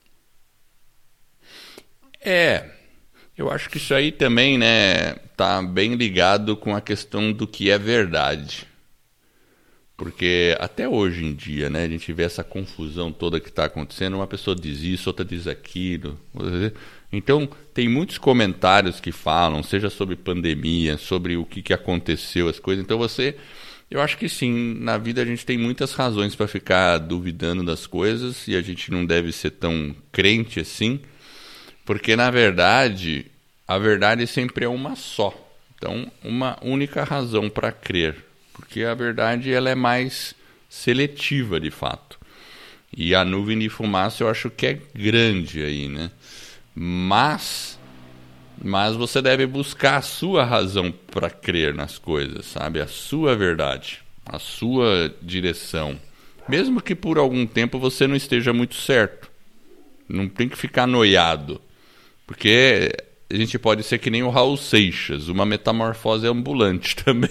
Eu acho que isso aí também, né, tá bem ligado com a questão do que é verdade. Porque até hoje em dia, né, a gente vê essa confusão toda que está acontecendo, uma pessoa diz isso, outra diz aquilo. Então, tem muitos comentários que falam, seja sobre pandemia, sobre o que aconteceu, as coisas. Então, eu acho que sim, na vida a gente tem muitas razões para ficar duvidando das coisas e a gente não deve ser tão crente assim, Porque, na verdade, a verdade sempre é uma só. Então, uma única razão para crer. Porque a verdade ela é mais seletiva, de fato. E a nuvem de fumaça eu acho que é grande aí, né? Mas você deve buscar a sua razão para crer nas coisas, sabe? A sua verdade, a sua direção. Mesmo que por algum tempo você não esteja muito certo. Não tem que ficar noiado. Porque a gente pode ser que nem o Raul Seixas, uma metamorfose ambulante também.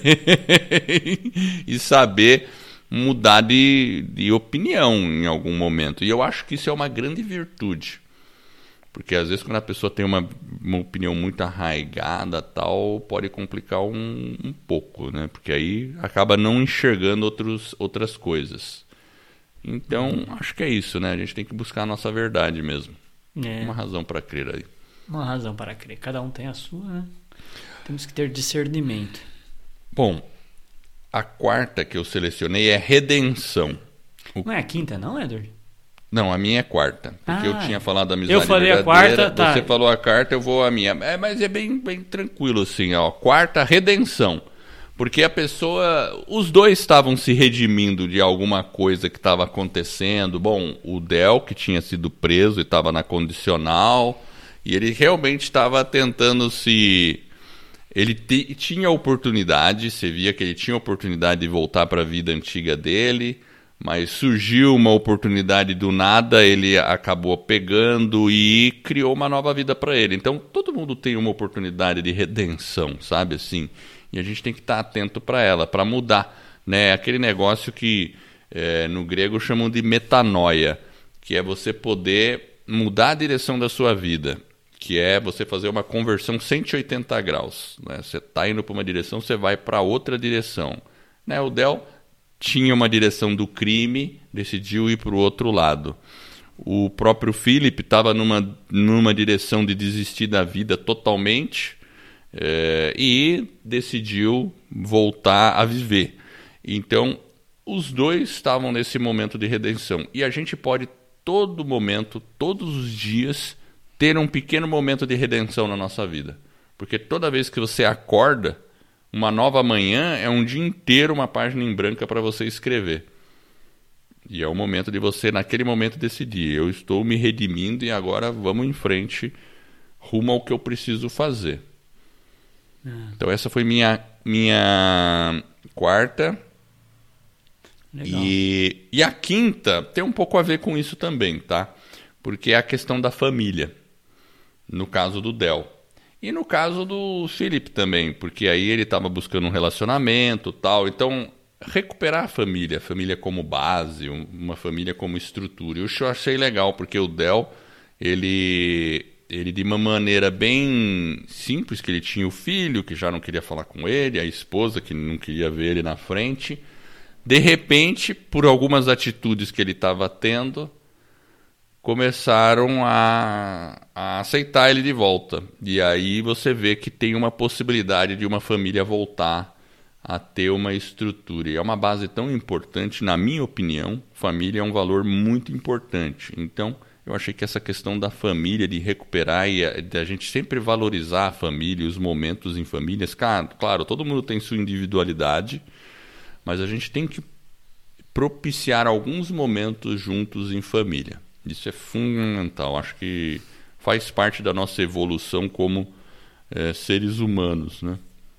E saber mudar de opinião em algum momento. E eu acho que isso é uma grande virtude. Porque às vezes quando a pessoa tem uma opinião muito arraigada, tal, pode complicar um pouco, né? Porque aí acaba não enxergando outras coisas. Então, acho que é isso, né? A gente tem que buscar a nossa verdade mesmo. Uma razão para crer aí. Uma razão para crer. Cada um tem a sua, né? Temos que ter discernimento. Bom, a quarta que eu selecionei é redenção. Não é a quinta, não, Edward? Não, a minha é quarta. Porque eu tinha falado da amizade eu falei verdadeira. A quarta, tá. Você falou a quarta, eu vou a minha. Mas é bem tranquilo assim, ó. Quarta, redenção. Porque a pessoa... Os dois estavam se redimindo de alguma coisa que estava acontecendo. Bom, o Del, que tinha sido preso e estava na condicional. E ele realmente estava tentando se... Ele tinha oportunidade, você via que ele tinha oportunidade de voltar para a vida antiga dele, mas surgiu uma oportunidade do nada, ele acabou pegando e criou uma nova vida para ele. Então, todo mundo tem uma oportunidade de redenção, sabe assim? E a gente tem que estar atento para ela, para mudar, né? Aquele negócio que no grego chamam de metanoia, que é você poder mudar a direção da sua vida. Que é você fazer uma conversão 180 graus. Né? Você está indo para uma direção, você vai para outra direção. Né? O Del tinha uma direção do crime, decidiu ir para o outro lado. O próprio Philip estava numa direção de desistir da vida totalmente e decidiu voltar a viver. Então, os dois estavam nesse momento de redenção. E a gente pode, todo momento, todos os dias... ter um pequeno momento de redenção na nossa vida. Porque toda vez que você acorda, uma nova manhã é um dia inteiro uma página em branco para você escrever. E é o momento de você, naquele momento, decidir. Eu estou me redimindo e agora vamos em frente rumo ao que eu preciso fazer. Então essa foi minha quarta. Legal. E a quinta tem um pouco a ver com isso também, tá? Porque é a questão da família. No caso do Del. E no caso do Philip também, porque aí ele estava buscando um relacionamento e tal. Então, recuperar a família como base, uma família como estrutura. Eu achei legal, porque o Del, ele de uma maneira bem simples, que ele tinha o filho, que já não queria falar com ele, a esposa, que não queria ver ele na frente. De repente, por algumas atitudes que ele estava tendo... começaram a aceitar ele de volta. E aí você vê que tem uma possibilidade de uma família voltar a ter uma estrutura. E é uma base tão importante, na minha opinião, família é um valor muito importante. Então, eu achei que essa questão da família, de recuperar e da gente sempre valorizar a família, os momentos em famílias. Claro, todo mundo tem sua individualidade, mas a gente tem que propiciar alguns momentos juntos em família. Isso é fundamental. Acho que faz parte da nossa evolução como seres humanos, né?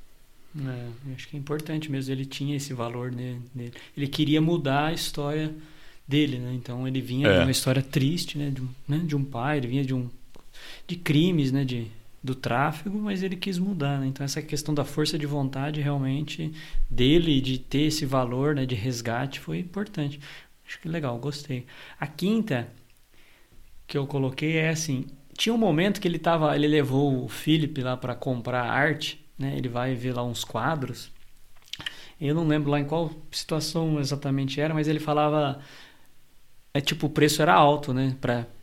Acho que é importante mesmo. Ele tinha esse valor nele. Ele queria mudar a história dele, né? Então ele vinha de uma história triste, né? De um pai, ele vinha de crimes, né? Do tráfico, mas ele quis mudar, né? Então essa questão da força de vontade realmente dele, de ter esse valor, né? De resgate, foi importante. Acho que legal, gostei. A quinta que eu coloquei é assim, tinha um momento que ele levou o Philip lá para comprar arte, né? Ele vai ver lá uns quadros. Eu não lembro lá em qual situação exatamente era, mas ele falava, o preço era alto, né?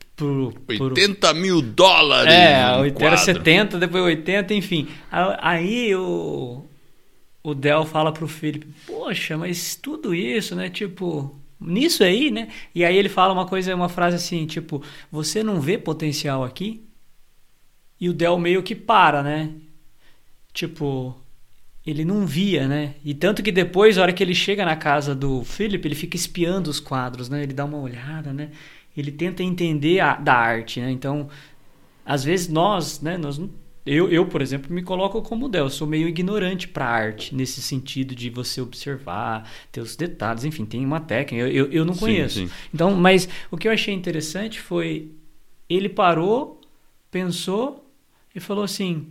$80 mil. Era 70, depois 80, enfim. Aí o Del fala pro Philip, poxa, mas tudo isso, né? Nisso aí, né? E aí ele fala uma frase assim, você não vê potencial aqui? E o Del meio que para, né? Tipo, ele não via, né? E tanto que depois, a hora que ele chega na casa do Philip, ele fica espiando os quadros, né? Ele dá uma olhada, né? Ele tenta entender da arte, né? Então, às vezes nós, né? Eu, por exemplo, me coloco como Del. Eu sou meio ignorante para arte, nesse sentido de você observar, ter os detalhes, enfim, tem uma técnica. Eu não conheço. Sim. Então, mas o que eu achei interessante foi ele parou, pensou e falou assim: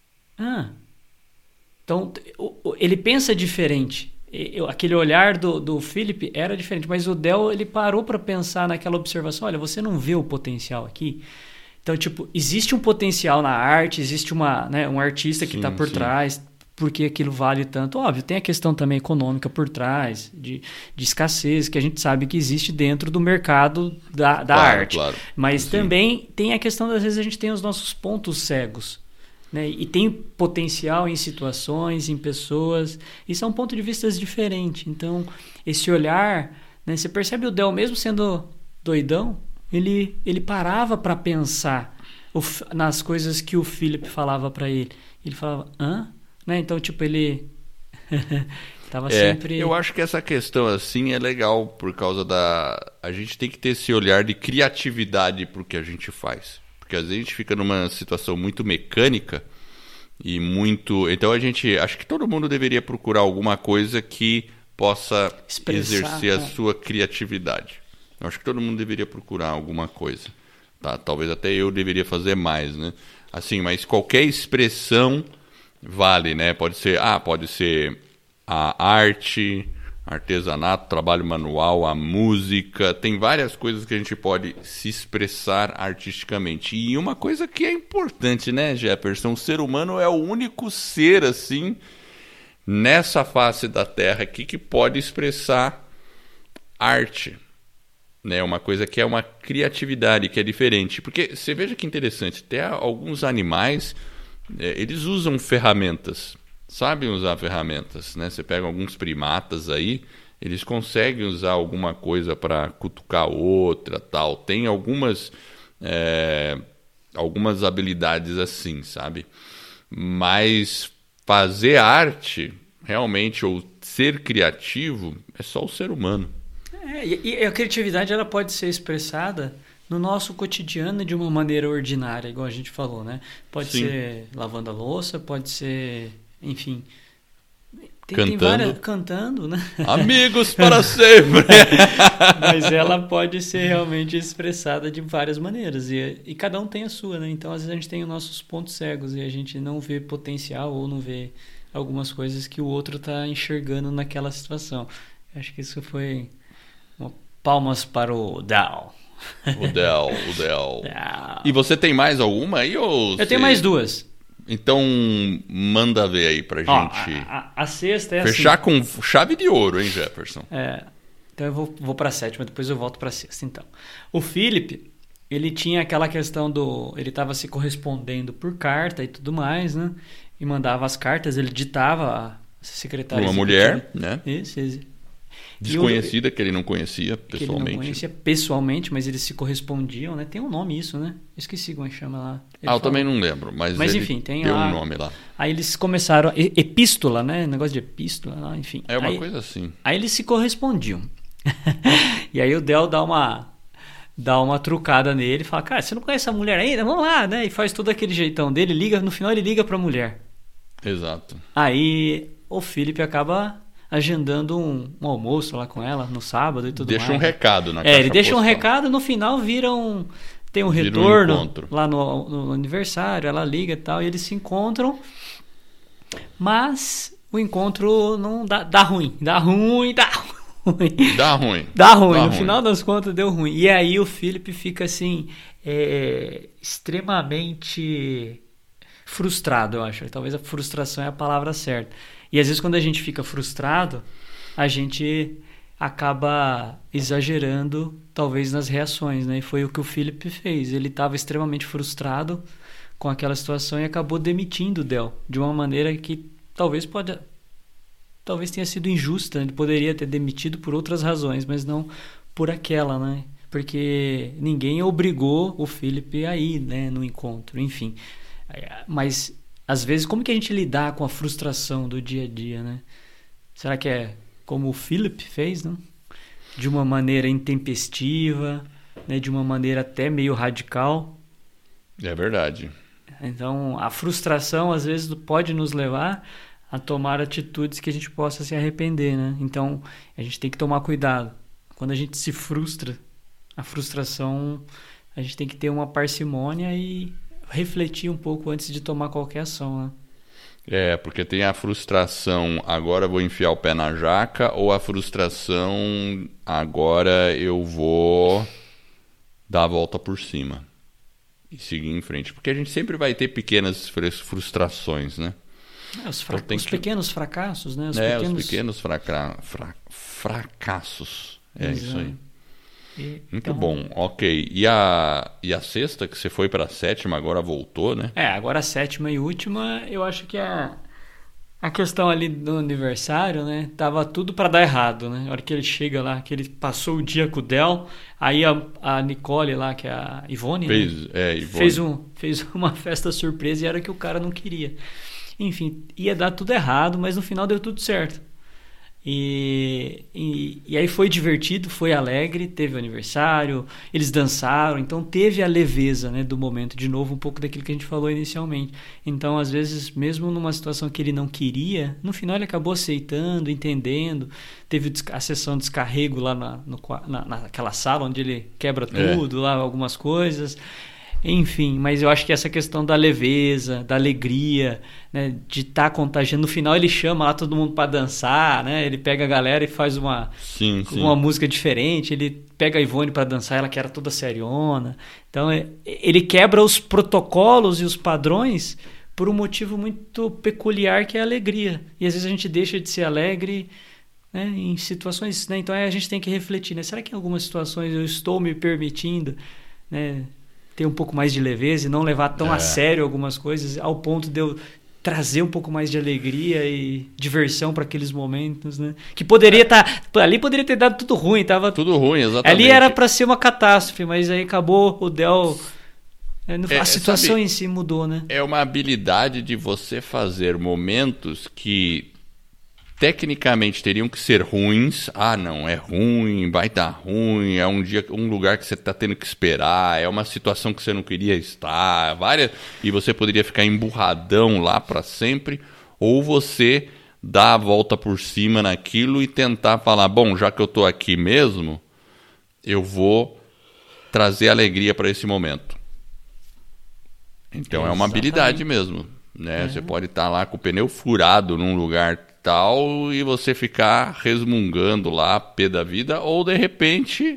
então ele pensa diferente. Aquele olhar do Philip era diferente, mas o Del, ele parou para pensar naquela observação. Olha, você não vê o potencial aqui? Então, tipo, existe um potencial na arte, existe um artista que está por trás, porque aquilo vale tanto. Óbvio, tem a questão também econômica por trás, de escassez, que a gente sabe que existe dentro do mercado da arte. Claro. Mas também tem a questão, às vezes, a gente tem os nossos pontos cegos, né? E tem potencial em situações, em pessoas, e são pontos de vista diferentes. Então, esse olhar, né? Você percebe o Del, mesmo sendo doidão, ele parava para pensar nas coisas que o Philip falava para ele. Ele falava, né? Então, tipo, ele tava sempre... Eu acho que essa questão, assim, é legal por causa a gente tem que ter esse olhar de criatividade pro que a gente faz. Porque às vezes a gente fica numa situação muito mecânica e muito... Então, acho que todo mundo deveria procurar alguma coisa que possa exercer a sua criatividade. Eu acho que todo mundo deveria procurar alguma coisa, tá? Talvez até eu deveria fazer mais, né? Assim, mas qualquer expressão vale, né? Pode ser a arte, artesanato, trabalho manual, a música. Tem várias coisas que a gente pode se expressar artisticamente. E uma coisa que é importante, né, Jefferson? O ser humano é o único ser, assim, nessa face da Terra aqui que pode expressar arte. Né, uma coisa que é uma criatividade, que é diferente. Porque você veja que interessante, até alguns animais, eles usam ferramentas, sabem usar ferramentas. Né? Você pega alguns primatas aí, eles conseguem usar alguma coisa para cutucar outra, tal. Tem algumas habilidades assim, sabe? Mas fazer arte, realmente, ou ser criativo, é só o ser humano. E a criatividade, ela pode ser expressada no nosso cotidiano de uma maneira ordinária, igual a gente falou, né? Pode ser lavando a louça, pode ser, enfim... Cantando, né? Amigos para sempre! Mas ela pode ser realmente expressada de várias maneiras. E cada um tem a sua, né? Então, às vezes, a gente tem os nossos pontos cegos e a gente não vê potencial ou não vê algumas coisas que o outro está enxergando naquela situação. Acho que isso foi... Palmas para o Del. O Del. E você tem mais alguma aí? Eu tenho mais duas. Então, manda ver aí pra gente. A sexta é fechar com chave de ouro, hein, Jefferson? Então eu vou pra sétima, depois eu volto pra sexta. Então, o Philip, ele tinha aquela questão ele estava se correspondendo por carta e tudo mais, né? E mandava as cartas, ele ditava a secretária. Uma mulher, né? Isso. Desconhecida, que ele não conhecia pessoalmente. Que ele não conhecia pessoalmente, mas eles se correspondiam, né? Tem um nome isso, né? Esqueci como é que chama lá. Eu também não lembro, mas enfim, tem um nome lá. Aí eles começaram... Epístola, né? Negócio de epístola lá, enfim. É uma coisa assim. Aí eles se correspondiam. E aí o Del dá uma trucada nele e fala, cara, você não conhece a mulher ainda? Vamos lá, né? E faz todo aquele jeitão dele, no final ele liga pra mulher. Exato. Aí o Philip acaba agendando um almoço lá com ela no sábado e tudo mais. Deixa um recado na caixa ele deixa postal. Um recado, no final tem um retorno lá no aniversário, ela liga e tal, e eles se encontram, mas o encontro não dá ruim. No final das contas deu ruim. E aí o Philip fica assim, extremamente frustrado, eu acho. Talvez a frustração é a palavra certa. E às vezes quando a gente fica frustrado, a gente acaba exagerando, talvez, nas reações, né? E foi o que o Philip fez. Ele estava extremamente frustrado com aquela situação e acabou demitindo o Del de uma maneira que talvez tenha sido injusta. Ele poderia ter demitido por outras razões, mas não por aquela, né? Porque ninguém obrigou o Philip a ir, né, no encontro. Enfim, Mas, às vezes, como que a gente lidar com a frustração do dia a dia, né? Será que é como o Philip fez, não? De uma maneira intempestiva, né? De uma maneira até meio radical. É verdade. Então, a frustração, às vezes, pode nos levar a tomar atitudes que a gente possa se arrepender, né? Então, a gente tem que tomar cuidado. Quando a gente se frustra, a frustração, a gente tem que ter uma parcimônia e refletir um pouco antes de tomar qualquer ação, né? Porque tem a frustração, agora vou enfiar o pé na jaca, ou a frustração, agora eu vou dar a volta por cima e seguir em frente. Porque a gente sempre vai ter pequenas frustrações, né? Os pequenos fracassos, né? Os pequenos fracassos. Exato. Isso aí. Muito bom, ok. E a sexta, que você foi para a sétima, agora voltou, né? Agora a sétima e última, eu acho que a questão ali do aniversário, né? Tava tudo para dar errado, né? A hora que ele chega lá, que ele passou o dia com o Del, aí a Nicole lá, que é a Ivone, Ivone. fez uma festa surpresa e era o que o cara não queria. Enfim, ia dar tudo errado, mas no final deu tudo certo. E aí foi divertido, foi alegre, teve o aniversário, eles dançaram, então teve a leveza, né, do momento, de novo um pouco daquilo que a gente falou inicialmente. Então, às vezes, mesmo numa situação que ele não queria, no final ele acabou aceitando, entendendo. Teve a sessão de descarrego lá naquela sala onde ele quebra tudo, lá algumas coisas. Enfim, mas eu acho que essa questão da leveza, da alegria, né, de estar contagiando. No final ele chama lá todo mundo para dançar, né? Ele pega a galera e faz uma música diferente. Ele pega a Ivone para dançar, ela que era toda seriona. Então ele quebra os protocolos e os padrões por um motivo muito peculiar, que é a alegria. E às vezes a gente deixa de ser alegre, né, em situações, né? Então a gente tem que refletir, né? Será que em algumas situações eu estou me permitindo, né, ter um pouco mais de leveza e não levar tão a sério algumas coisas, ao ponto de eu trazer um pouco mais de alegria e diversão para aqueles momentos, né? Que poderia estar... ali poderia ter dado tudo ruim. Tava tudo ruim, exatamente. Ali era para ser uma catástrofe, mas aí acabou o Del... a situação em si mudou, né? É uma habilidade de você fazer momentos que tecnicamente teriam que ser ruins. Não, é ruim, vai dar ruim, é um lugar que você está tendo que esperar, é uma situação que você não queria estar, e você poderia ficar emburradão lá para sempre, ou você dar a volta por cima naquilo e tentar falar, bom, já que eu estou aqui mesmo, eu vou trazer alegria para esse momento. Então é uma habilidade mesmo, né? Você pode estar lá com o pneu furado num lugar tal e você ficar resmungando lá, pé da vida, ou de repente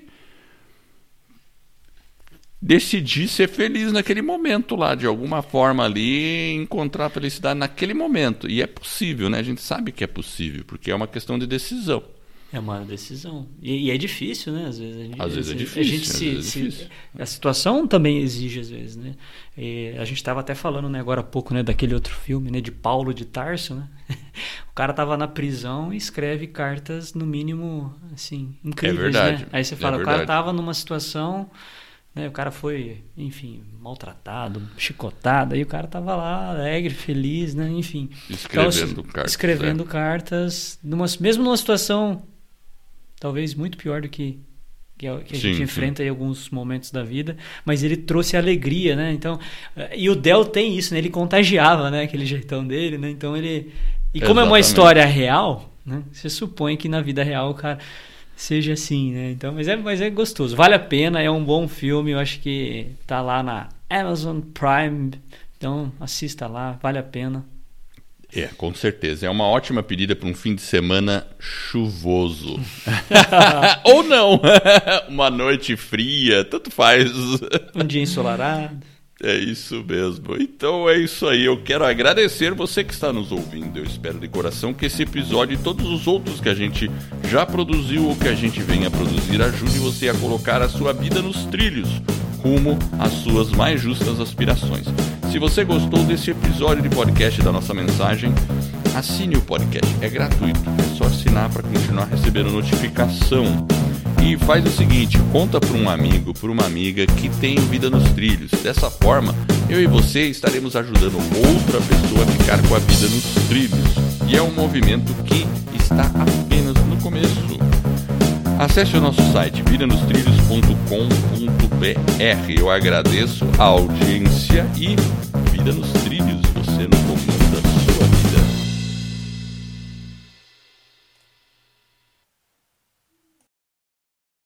decidir ser feliz naquele momento lá, de alguma forma ali, encontrar felicidade naquele momento. E é possível, né? A gente sabe que é possível, porque é uma questão de decisão. É uma decisão. E é difícil, né? Às vezes é difícil. A situação também exige, às vezes, né? E a gente estava até falando, né, agora há pouco, né, daquele outro filme, né, de Paulo de Tarso, né? O cara estava na prisão e escreve cartas, no mínimo, assim, incríveis, verdade, né? Aí você fala, o cara estava numa situação, né, o cara foi, enfim, maltratado, chicotado, aí o cara estava lá, alegre, feliz, né? Enfim. Escrevendo cartas, mesmo numa situação talvez muito pior do que a gente enfrenta em alguns momentos da vida, mas ele trouxe alegria, né? Então, e o Del tem isso, né? Ele contagiava, né? Aquele jeitão dele, né? Então como é uma história real, né? Você supõe que na vida real o cara seja assim, né? Então, mas é gostoso, vale a pena, é um bom filme, eu acho que tá lá na Amazon Prime, então assista lá, vale a pena. Com certeza. É uma ótima pedida para um fim de semana chuvoso. Ou não. Uma noite fria, tanto faz. Um dia ensolarado. É isso mesmo. Então é isso aí. Eu quero agradecer você que está nos ouvindo. Eu espero de coração que esse episódio e todos os outros que a gente já produziu ou que a gente venha a produzir ajude você a colocar a sua vida nos trilhos, rumo às suas mais justas aspirações. Se você gostou desse episódio de podcast da nossa mensagem, assine o podcast. É gratuito. É só assinar para continuar recebendo notificação. E faz o seguinte, conta para um amigo, para uma amiga que tem vida nos trilhos. Dessa forma, eu e você estaremos ajudando outra pessoa a ficar com a vida nos trilhos. E é um movimento que está apenas no começo. Acesse o nosso site vidanostrilhos.com.br. Eu agradeço a audiência e vida nos trilhos.